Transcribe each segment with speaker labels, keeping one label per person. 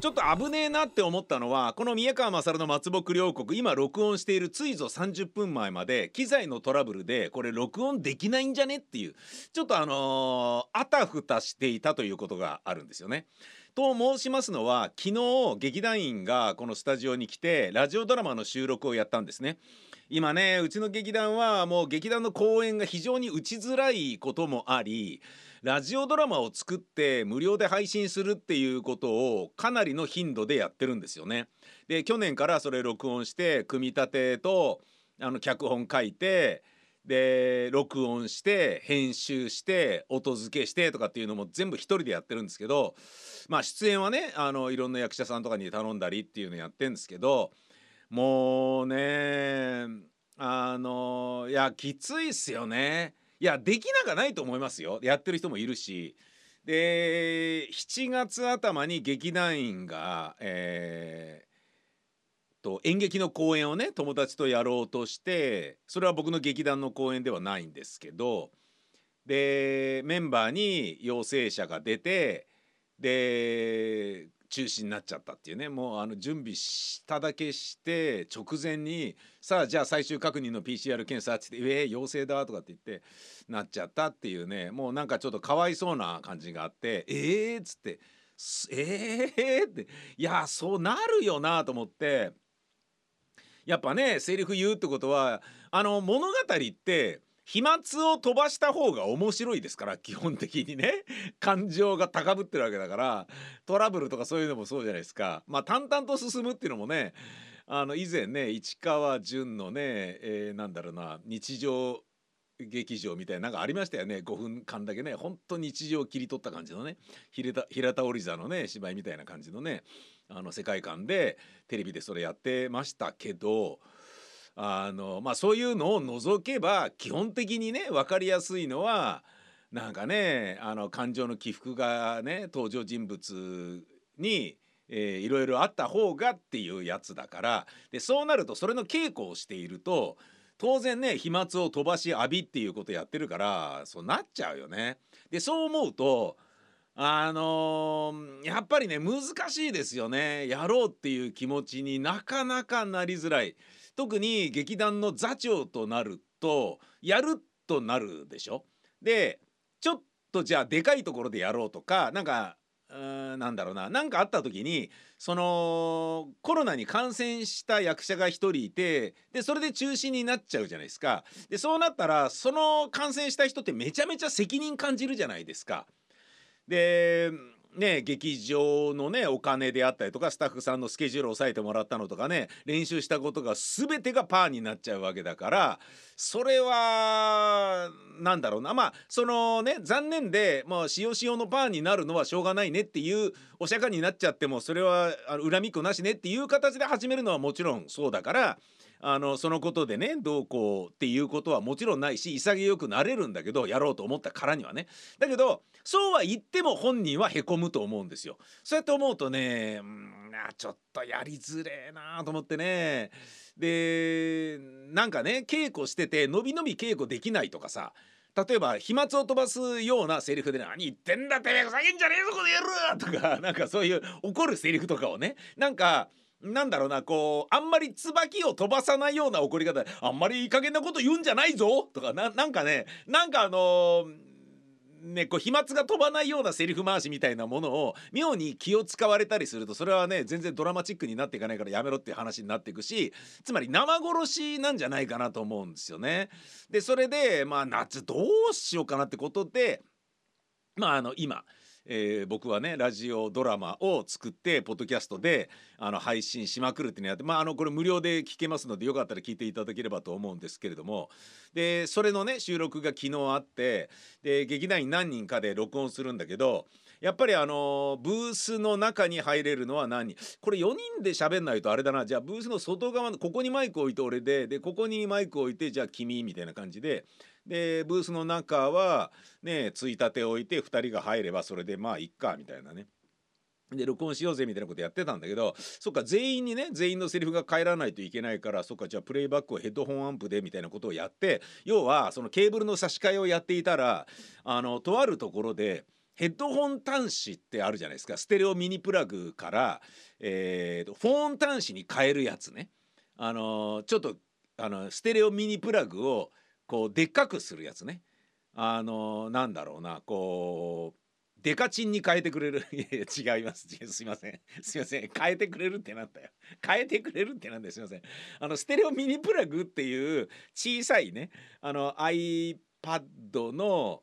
Speaker 1: ょっと危ねえなって思ったのは、この宮川勝の松木両国、今録音しているついぞ30分前まで機材のトラブルでこれ録音できないんじゃねっていう、ちょっとあたふたしていたということがあるんですよね。と申しますのは、昨日劇団員がこのスタジオに来てラジオドラマの収録をやったんですね。今ね、うちの劇団はもう劇団の公演が非常に打ちづらいこともあり、ラジオドラマを作って無料で配信するっていうことをかなりの頻度でやってるんですよね。で、去年からそれ録音して組み立てと脚本書いて、で録音して編集して音付けしてとかっていうのも全部一人でやってるんですけど、まあ出演はねいろんな役者さんとかに頼んだりっていうのやってるんですけど、もうねいやきついっすよね。いやできなかないと思いますよ、やってる人もいるし。で7月頭に劇団員が演劇の公演をね友達とやろうとして、それは僕の劇団の公演ではないんですけど、でメンバーに陽性者が出て、で中止になっちゃったっていうね。もう準備しただけして直前にさあじゃあ最終確認の PCR 検査って言って陽性だとかって言ってなっちゃったっていうね。もうなんかちょっとかわいそうな感じがあって、っつってって、いやそうなるよなと思って。やっぱねセリフ言うってことは物語って飛沫を飛ばした方が面白いですから、基本的にね。感情が高ぶってるわけだから、トラブルとかそういうのもそうじゃないですか。まあ淡々と進むっていうのもね、以前ね市川淳のね、なんだろうな、日常劇場みたいななんかありましたよね。5分間だけね、ほんと日常を切り取った感じのね、平田織座のね芝居みたいな感じのね世界観でテレビでそれやってましたけど、まあそういうのを除けば基本的にね分かりやすいのは、なんかね感情の起伏がね登場人物にいろいろあった方がっていうやつだから。でそうなるとそれの稽古をしていると当然ね飛沫を飛ばし浴びっていうことやってるから、そうなっちゃうよね。でそう思うとやっぱりね難しいですよね。やろうっていう気持ちになかなかなりづらい。特に劇団の座長となるとやるとなるでしょ。でちょっとじゃあでかいところでやろうとか、なんかなんだろうな、なんかあった時にそのコロナに感染した役者が一人いて、でそれで中止になっちゃうじゃないですか。でそうなったらその感染した人ってめちゃめちゃ責任感じるじゃないですか。でね、劇場のねお金であったりとかスタッフさんのスケジュールを抑えてもらったのとかね、練習したことが全てがパーになっちゃうわけだから、それはなんだろうな、まあそのね残念でまあ塩塩のパーになるのはしょうがないねっていうお釈迦になっちゃっても、それは恨みっこなしねっていう形で始めるのはもちろんそうだから、そのことでねどうこうっていうことはもちろんないし、潔くなれるんだけど、やろうと思ったからにはね。だけどそうは言っても本人はへこむと思うんですよ。そうやって思うとね、ちょっとやりづれえなと思ってね。でなんかね稽古しててのびのび稽古できないとかさ、例えば飛沫を飛ばすようなセリフで「何言ってんだてめえふざけんじゃねえぞこの野郎!」とかなんかそういう怒るセリフとかをね、なんかなんだろうな、こうあんまり椿を飛ばさないような怒り方で「あんまりいい加減なこと言うんじゃないぞ!」とかなんかね、なんかね、こう飛沫が飛ばないようなセリフ回しみたいなものを妙に気を使われたりすると、それはね全然ドラマチックになっていかないからやめろっていう話になっていくし、つまり生殺しなんじゃないかなと思うんですよね。でそれでまあ夏どうしようかなってことで、まあ今、僕はねラジオドラマを作ってポッドキャストで配信しまくるっていうのやって、まあこれ無料で聞けますのでよかったら聞いていただければと思うんですけれども、でそれのね収録が昨日あって、で劇団員何人かで録音するんだけど、やっぱりブースの中に入れるのは何人、これ4人で喋んないとあれだな。じゃあブースの外側のここにマイク置いて俺でここにマイク置いてじゃあ君みたいな感じで、でブースの中はねついたて置いて2人が入ればそれでまあいっかみたいなね。で録音しようぜみたいなことやってたんだけど、そっか全員のセリフが帰らないといけないから、そっかじゃあプレイバックをヘッドホンアンプでみたいなことをやって、要はそのケーブルの差し替えをやっていたらとあるところでヘッドホン端子ってあるじゃないですか。ステレオミニプラグから、フォン端子に変えるやつね。ちょっとステレオミニプラグをこうでっかくするやつね。なんだろうな、こうデカチンに変えてくれる。いやいや違います。すいません。すいません。変えてくれるってなんだよ。変えてくれるってなんだよ。すいません。ステレオミニプラグっていう小さいね、iPad の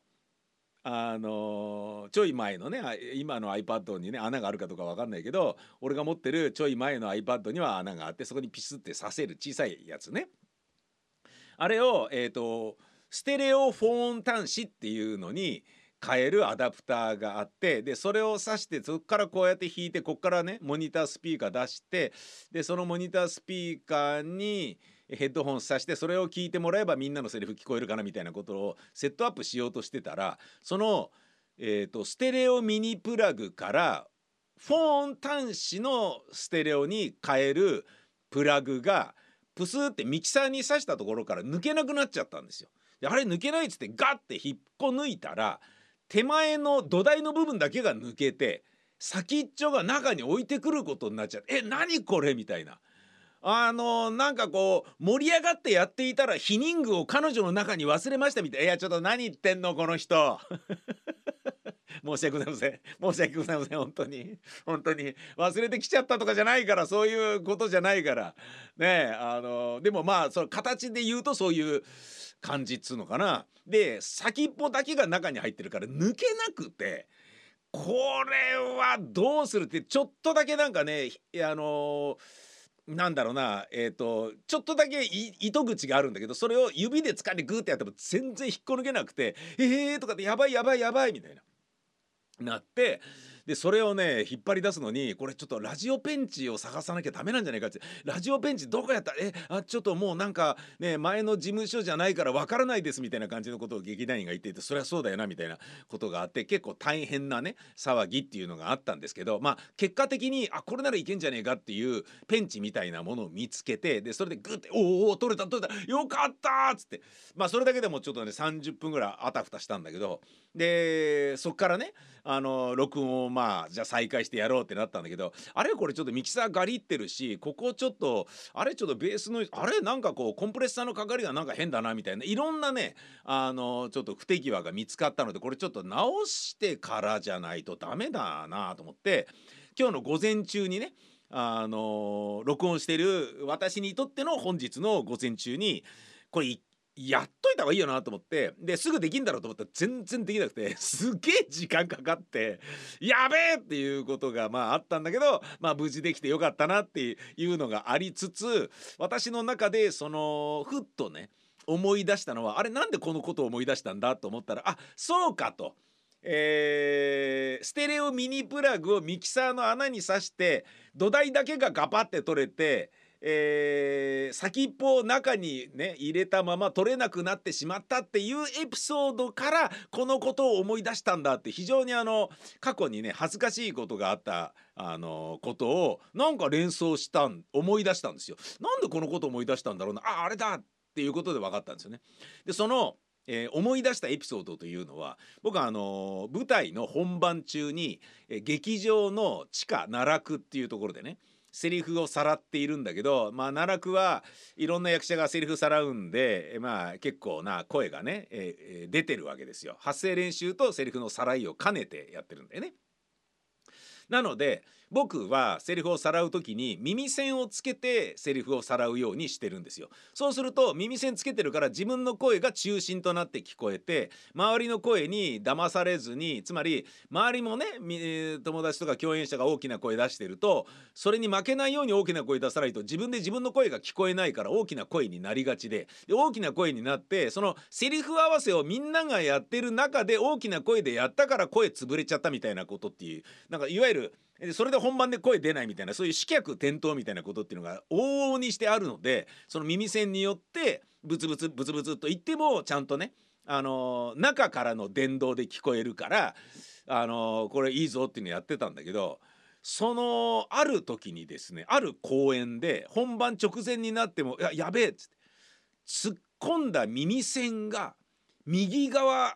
Speaker 1: ちょい前のね、今の iPad にね穴があるかどうかわかんないけど、俺が持ってるちょい前の iPad には穴があって、そこにピスってさせる小さいやつね。あれをステレオフォン端子っていうのに変えるアダプターがあって、でそれを挿して、そこからこうやって弾いて、ここからねモニタースピーカー出して、でそのモニタースピーカーにヘッドホン挿して、それを聞いてもらえばみんなのセリフ聞こえるかなみたいなことをセットアップしようとしてたら、その、ステレオミニプラグからフォン端子のステレオに変えるプラグがプスーってミキサーに挿したところから抜けなくなっちゃったんですよ。であれ抜けないっつってガッて引っこ抜いたら、手前の土台の部分だけが抜けて、先っちょが中に置いてくることになっちゃって、何これみたいな。なんかこう盛り上がってやっていたら避妊具を彼女の中に忘れましたみたいな。いやちょっと何言ってんのこの人。申し訳ございません。申し訳ございません。本当に。本当に。忘れてきちゃったとかじゃないから、そういうことじゃないから。ねえ、でもまあ、その形で言うとそういう感じっつうのかな。で、先っぽだけが中に入ってるから抜けなくて、これはどうするって、ちょっとだけなんかね、なんだろうな、ちょっとだけ糸口があるんだけど、それを指で掴んでグーってやっても全然引っこ抜けなくて、とかってやばいやばいやばいみたいな。なって、でそれをね引っ張り出すのに、これちょっとラジオペンチを探さなきゃダメなんじゃないかって。ラジオペンチどこやったちょっともうなんかね前の事務所じゃないからわからないですみたいな感じのことを劇団員が言っていて、そりゃそうだよなみたいなことがあって、結構大変なね騒ぎっていうのがあったんですけど、まあ結果的にこれならいけんじゃねえかっていうペンチみたいなものを見つけて、でそれでグッてお取れた取れたよかったっつって、まあそれだけでもちょっとね30分ぐらいあたふたしたんだけど、でそっからね録音をまあじゃあ再開してやろうってなったんだけど、あれこれちょっとミキサーガリってるし、ここちょっとちょっとベースのなんかこうコンプレッサーのかかりがなんか変だなみたいな、いろんなねちょっと不手際が見つかったので、これちょっと直してからじゃないとダメだなと思って、今日の午前中にね録音してる私にとっての本日の午前中にこれやっといた方がいいよなと思って、ですぐできんだろうと思ったら全然できなくて、すげえ時間かかって、やべえっていうことがまああったんだけど、まあ無事できてよかったなっていうのがありつつ、私の中でそのふっとね思い出したのは、なんでこのことを思い出したんだと思ったら、そうかと。ステレオミニプラグをミキサーの穴に挿して、土台だけがガパって取れて、先っぽを中にね入れたまま取れなくなってしまったっていうエピソードからこのことを思い出したんだって、非常に過去にね恥ずかしいことがあったことをなんか思い出したんですよ。なんでこのことを思い出したんだろうな、あれだっていうことで分かったんですよね。でその思い出したエピソードというのは、僕は舞台の本番中に、劇場の地下奈落っていうところでねセリフをさらっているんだけど、まあ奈落はいろんな役者がセリフさらうんで、まあ結構な声がね、出てるわけですよ。発声練習とセリフのさらいを兼ねてやってるんだよね。なので僕はセリフをさらう時に耳栓をつけてセリフをさらうようにしてるんですよ。そうすると耳栓つけてるから自分の声が中心となって聞こえて、周りの声に騙されずに、つまり周りもね友達とか共演者が大きな声出してると、それに負けないように大きな声出さないと自分で自分の声が聞こえないから大きな声になりがちで、大きな声になって、そのセリフ合わせをみんながやってる中で大きな声でやったから声潰れちゃったみたいなことっていう、なんかいわゆるそれで本番で声出ないみたいな、そういう試脚転倒みたいなことっていうのが往々にしてあるので、その耳栓によってブツブツブツブツと言ってもちゃんとね中からの電動で聞こえるからこれいいぞっていうのやってたんだけど、そのある時にですね、ある公演で本番直前になってもやべえっつって突っ込んだ耳栓が右側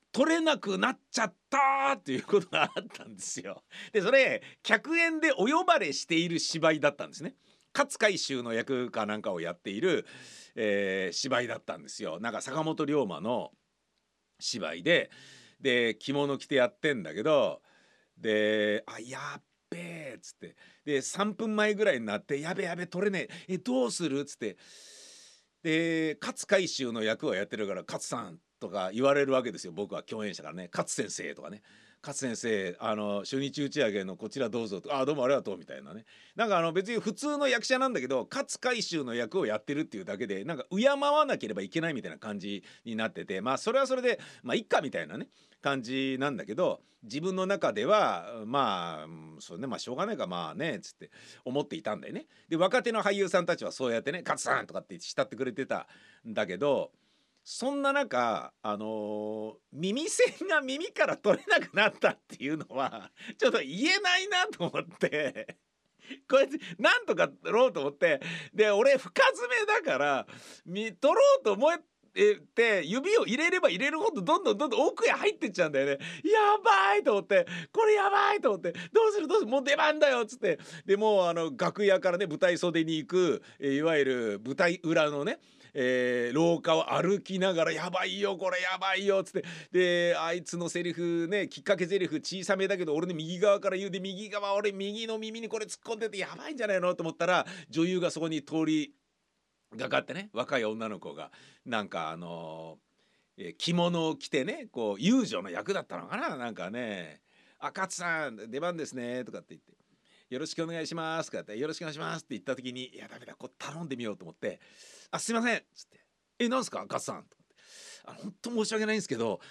Speaker 1: 取れなくなっちゃったっていうことがあったんですよ。でそれ客演でお呼ばれしている芝居だったんですね。勝海舟の役かなんかをやっている、芝居だったんですよ。なんか坂本龍馬の芝居で着物着てやってんだけど、でやっべえっつって、で3分前ぐらいになってやべ取れねえ、どうするっつって、で勝海舟の役をやってるから勝さんとか言われるわけですよ。僕は共演者からね、勝先生とかね、勝先生初日打ち上げのこちらどうぞと、どうもありがとうみたいなね。なんか別に普通の役者なんだけど勝海舟の役をやってるっていうだけでなんか敬わなければいけないみたいな感じになってて、それはそれでいっかみたいなね感じなんだけど、自分の中ではそうね、しょうがないかつって思っていたんだよね。で若手の俳優さんたちはそうやってね勝さんとかって慕ってくれてたんだけど、そんな中耳栓が耳から取れなくなったっていうのはちょっと言えないなと思ってこいつなんとか取ろうと思って、で俺深爪だから取ろうと思って指を入れれば入れるほどどんどん奥へ入ってっちゃうんだよね。やばいと思って、これやばいと思って、どうするもう出番だよっつって、でもう楽屋からね舞台袖に行く、いわゆる舞台裏のね廊下を歩きながらやばいよこれやばいよっつって、であいつのセリフね、きっかけセリフ小さめだけど俺の右側から言うで、右側俺右の耳にこれ突っ込んでてやばいんじゃないのと思ったら、女優がそこに通りがかってね、若い女の子がなんか着物を着てね、こう遊女の役だったのかな、なんかね「勝さん出番ですね」とかって言って「よろしくお願いします」とかって「よろしくお願いします」って言った時に「いやダメだ、これ頼んでみよう」と思って「すいません」っつってなんすか勝さん」とかって「本当申し訳ないんですけど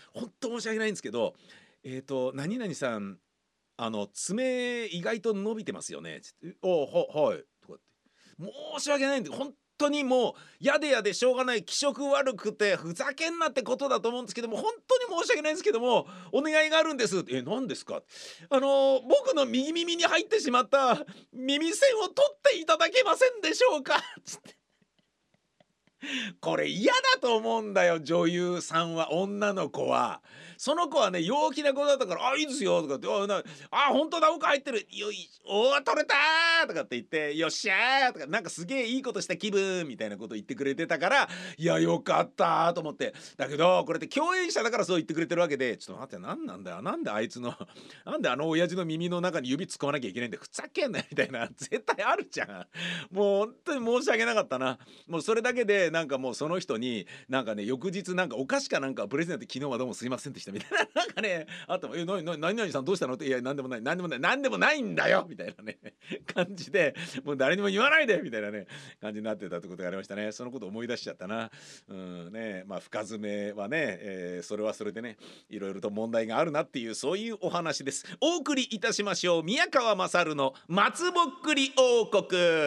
Speaker 1: 何々さん爪意外と伸びてますよね」つって「はい」とかって「申し訳ないんで本当にもうやでしょうがない、気色悪くてふざけんなってことだと思うんですけども、本当に申し訳ないんですけどもお願いがあるんです」何ですか？僕の右耳に入ってしまった耳栓を取っていただけませんでしょうか？つってこれ嫌だと思うんだよ、女優さんは。女の子はその子はね陽気な子だったから「いいですよ」とかって本当だ奥入ってるよい取れたー」とかって言って「よっしゃー」とかなんかすげえいいことした気分みたいなこと言ってくれてたから、いやよかったーと思って。だけどこれって共演者だからそう言ってくれてるわけで、ちょっと待って、何なんだよ、なんであいつのなんで親父の耳の中に指突っ込まなきゃいけないんでふざけんなよみたいな絶対あるじゃん。もう本当に申し訳なかったな。もうそれだけでなんかもうその人になんかね翌日なんかお菓子かなんかプレゼント、昨日はどうもすいませんでしたみたいななんかねあと何々さんどうしたのって、いや何でもないんだよみたいなね感じで、もう誰にも言わないでみたいなね感じになってたってことがありましたね。そのこと思い出しちゃったな。深爪はね、それはそれでねいろいろと問題があるなっていうそういうお話です。お送りいたしましょう。宮川勝の松ぼっくり王国。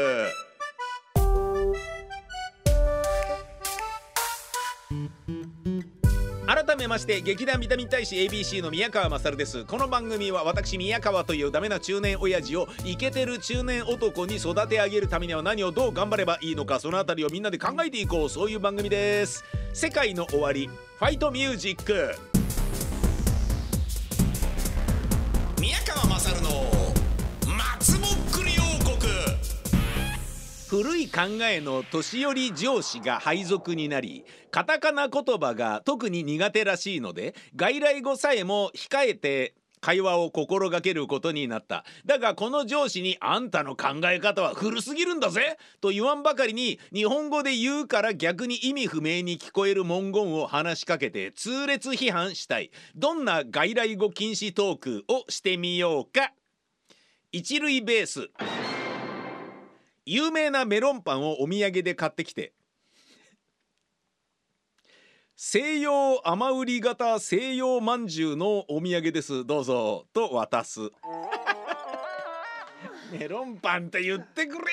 Speaker 1: 改めまして劇団ビタミン大使 ABC の宮川勝です。この番組は私宮川というダメな中年親父をイケてる中年男に育て上げるためには何をどう頑張ればいいのか、そのあたりをみんなで考えていこう、そういう番組です。世界の終わりファイトミュージック、宮川勝の松ぼっくり王国。古い考えの年寄り上司が配属になり、カタカナ言葉が特に苦手らしいので外来語さえも控えて会話を心がけることになった。だがこの上司にあんたの考え方は古すぎるんだぜと言わんばかりに、日本語で言うから逆に意味不明に聞こえる文言を話しかけて痛烈批判したい。どんな外来語禁止トークをしてみようか。一塁ベース、有名なメロンパンをお土産で買ってきて、西洋甘売り型西洋まんじゅうのお土産ですどうぞと渡す。メロンパンって言ってくれ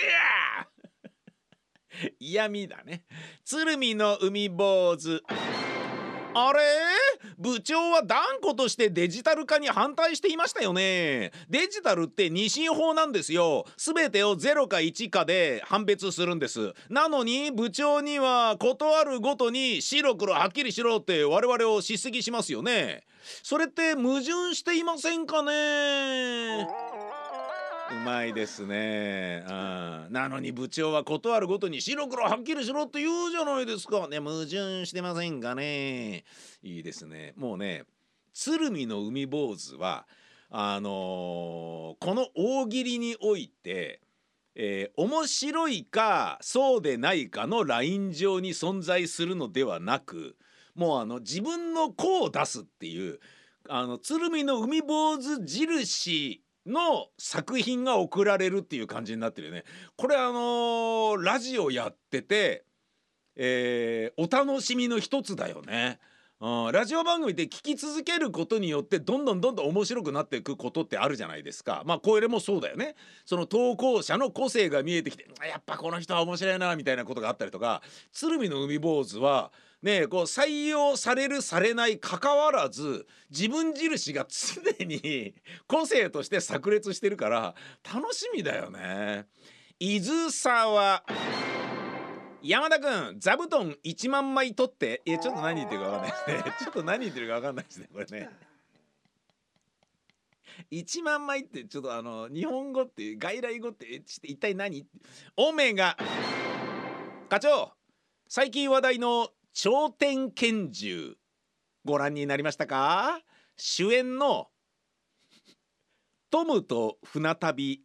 Speaker 1: や嫌味だね。鶴見の海坊主、あれ部長は断固としてデジタル化に反対していましたよね。デジタルって二進法なんですよ。全てを0か1かで判別するんです。なのに部長には事あるごとに白黒はっきりしろって我々を叱責しますよね。それって矛盾していませんかね。うまいですね。なのに部長は事あるごとに白黒はっきりしろって言うじゃないですか。ね、矛盾してませんかね。いいですね。もうね、鶴見の海坊主はこの大喜利において、面白いかそうでないかのライン上に存在するのではなく、もう自分の子を出すっていう鶴見の海坊主印の作品が送られるっていう感じになってるよね。これラジオやってて、お楽しみの一つだよね。ラジオ番組で聞き続けることによってどんどん面白くなっていくことってあるじゃないですか。まあこれもそうだよね。その投稿者の個性が見えてきて、やっぱこの人は面白いなみたいなことがあったりとか、鶴見の海坊主はね、こう採用されるされない関わらず自分印が常に個性として炸裂してるから楽しみだよね。伊豆沢山田くん座布団1万枚取って。ちょっと何言ってるか分かんないですね。ちょっと何言ってるか分かんないですねこれね。1万枚ってちょっと日本語って外来語って一体何。オメガ課長、最近話題の頂点拳銃ご覧になりましたか。主演のトムと船旅、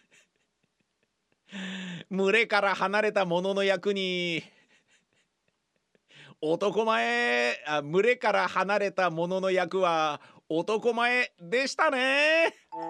Speaker 1: 群れから離れた者の役に男前、群れから離れた者の役は男前でしたね。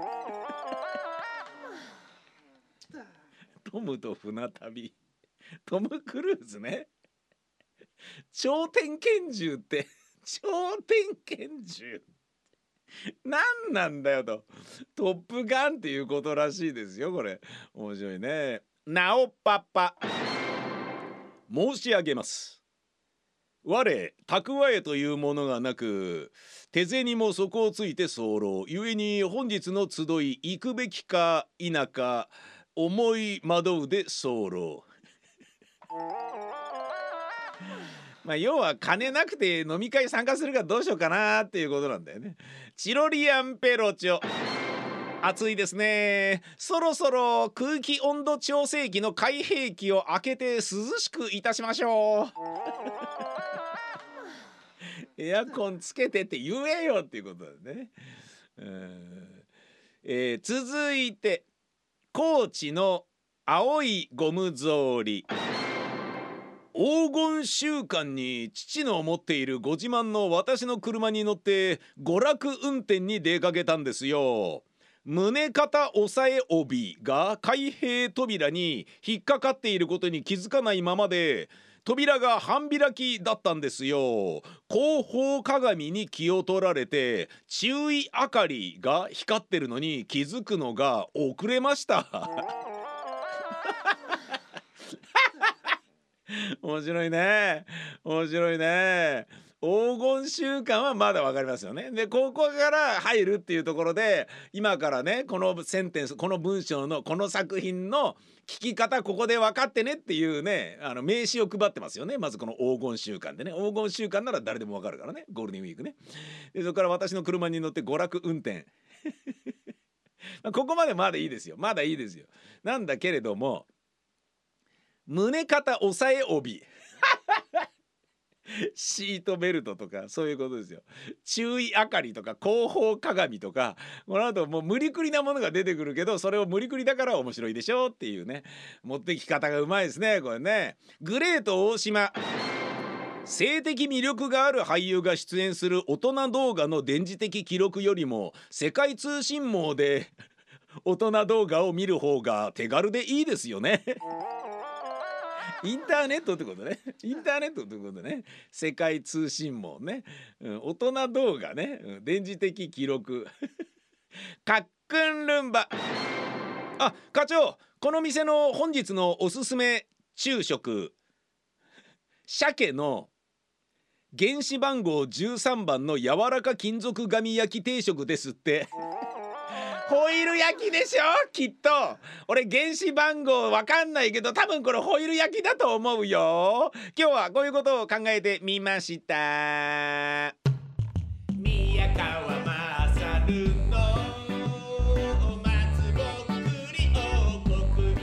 Speaker 1: トムと船旅、トム・クルーズね。頂点拳銃って頂点拳銃何なんだよと。トップガンっていうことらしいですよこれ。面白いね。なおパパ申し上げます。我蓄えというものがなく、手銭も底をついて候。ゆえに本日の集い行くべきか否か思い惑うで候。まあ要は金なくて飲み会参加するかどうしようかなっていうことなんだよね。チロリアンペロチョ、暑いですね。そろそろ空気温度調整器の開閉器を開けて涼しくいたしましょう。エアコンつけてって言えよっていうことだね。続いて高知の青いゴム草履。黄金週間に父の持っているご自慢の私の車に乗って娯楽運転に出かけたんですよ。胸肩押さえ帯が開閉扉に引っかかっていることに気づかないままで、扉が半開きだったんですよ。後方鏡に気を取られて注意明かりが光ってるのに気づくのが遅れました。面白いね。面白いね。黄金週間はまだわかりますよね。でここから入るっていうところで、今からねこのセンテンス、この文章のこの作品の聞き方ここで分かってねっていうね、名刺を配ってますよね。まずこの黄金週間でね、黄金週間なら誰でも分かるからね、ゴールデンウィークね。でそこから私の車に乗って娯楽運転。ここまでまだいいですよ、まだいいですよ。なんだけれども、胸肩押さえ帯シートベルトとかそういうことですよ。注意明かりとか後方鏡とか、この後もう無理くりなものが出てくるけど、それを無理くりだから面白いでしょっていうね、持ってき方がうまいですねこれね。グレート大島、性的魅力がある俳優が出演する大人動画の電磁的記録よりも世界通信網で大人動画を見る方が手軽でいいですよね。インターネットってことね。インターネットってことね。世界通信網ね。大人動画ね。電磁的記録。かっくんルンバ。あ、課長、この店の本日のおすすめ昼食。鮭の原子番号13番の柔らか金属紙焼き定食ですって。ホイル焼きでしょきっと。俺原子番号わかんないけど多分これホイル焼きだと思うよ。今日はこういうことを考えてみました。宮川勝の松ぼっくり王国。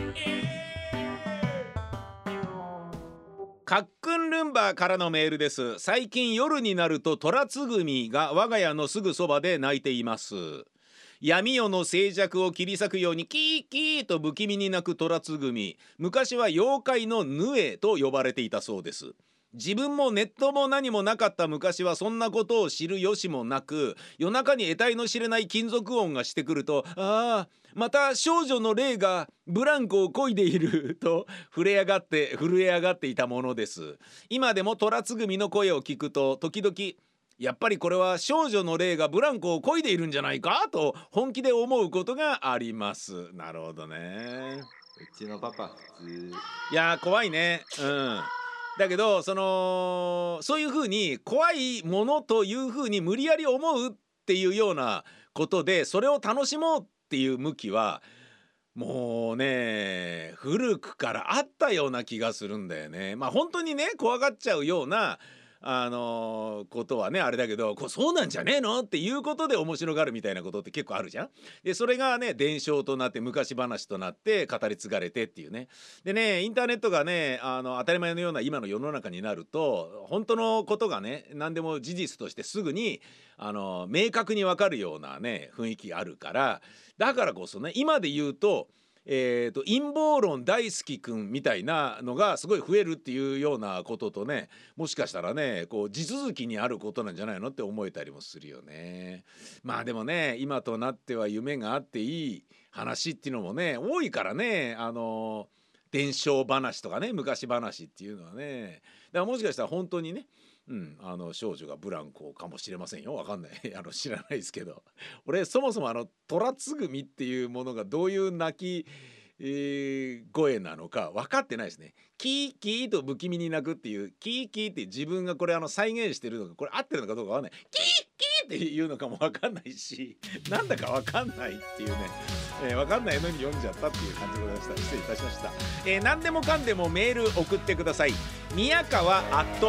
Speaker 1: かっくんルンバからのメールです。最近夜になるとトラツグミが我が家のすぐそばで鳴いています。闇夜の静寂を切り裂くようにキーキーと不気味に鳴くトラツグミ、昔は妖怪のヌエと呼ばれていたそうです。自分もネットも何もなかった昔はそんなことを知る由もなく、夜中に得体の知れない金属音がしてくると、ああまた少女の霊がブランコを漕いでいると震え上がっていたものです。今でもトラツグミの声を聞くと時々、やっぱりこれは少女の霊がブランコを漕いでいるんじゃないかと本気で思うことがあります。なるほどね。
Speaker 2: うちのパパ普通。
Speaker 1: いや怖いね。だけどそういう風に怖いものという風に無理やり思うっていうようなことでそれを楽しもうっていう向きはもうね古くからあったような気がするんだよね。まあ本当にね怖がっちゃうようなことはねあれだけど、そうなんじゃねえのっていうことで面白がるみたいなことって結構あるじゃん。でそれがね伝承となって昔話となって語り継がれてっていうね。でねインターネットがね当たり前のような今の世の中になると本当のことがね何でも事実としてすぐに明確に分かるようなね雰囲気があるから、だからこそね今で言うと陰謀論大好きくんみたいなのがすごい増えるっていうようなこととね、もしかしたらね地続きにあることなんじゃないのって思えたりもするよね。まあでもね今となっては夢があっていい話っていうのもね多いからね、伝承話とかね昔話っていうのはね、だからもしかしたら本当にね少女がブランコかもしれませんよ。わかんない知らないですけど、俺そもそもトラツグミっていうものがどういう鳴き、声なのか分かってないですね。キーキーと不気味に鳴くっていうキーキーって自分がこれ再現してるのかこれ合ってるのかどうか分かんない。キーキーっていうのかも分かんないしなんだか分かんないっていうね、分かんないのに読んじゃったっていう感じでございました。失礼いたしました。何でもかんでもメール送ってください。宮川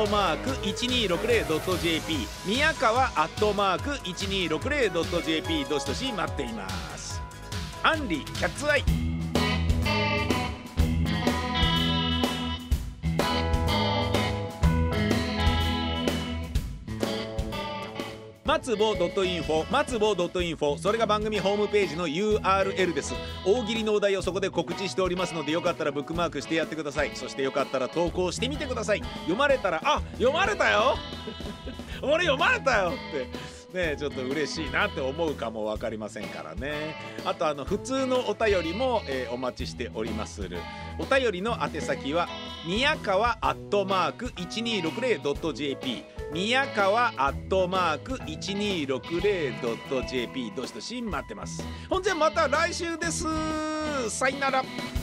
Speaker 1: @1260.jp 宮川@1260.jp どしどし待っています。アンリキャッツアイ。松ぼ.info 松ぼ.info、 それが番組ホームページの URL です。大喜利のお題をそこで告知しておりますのでよかったらブックマークしてやってください。そしてよかったら投稿してみてください。読まれたら読まれたよ俺読まれたよってねちょっと嬉しいなって思うかも分かりませんからね。あと普通のお便りも、お待ちしております。お便りの宛先は宮川@1260.jp 宮川@1260.jp どしどし待ってます。ほんじゃまた来週です。さよなら。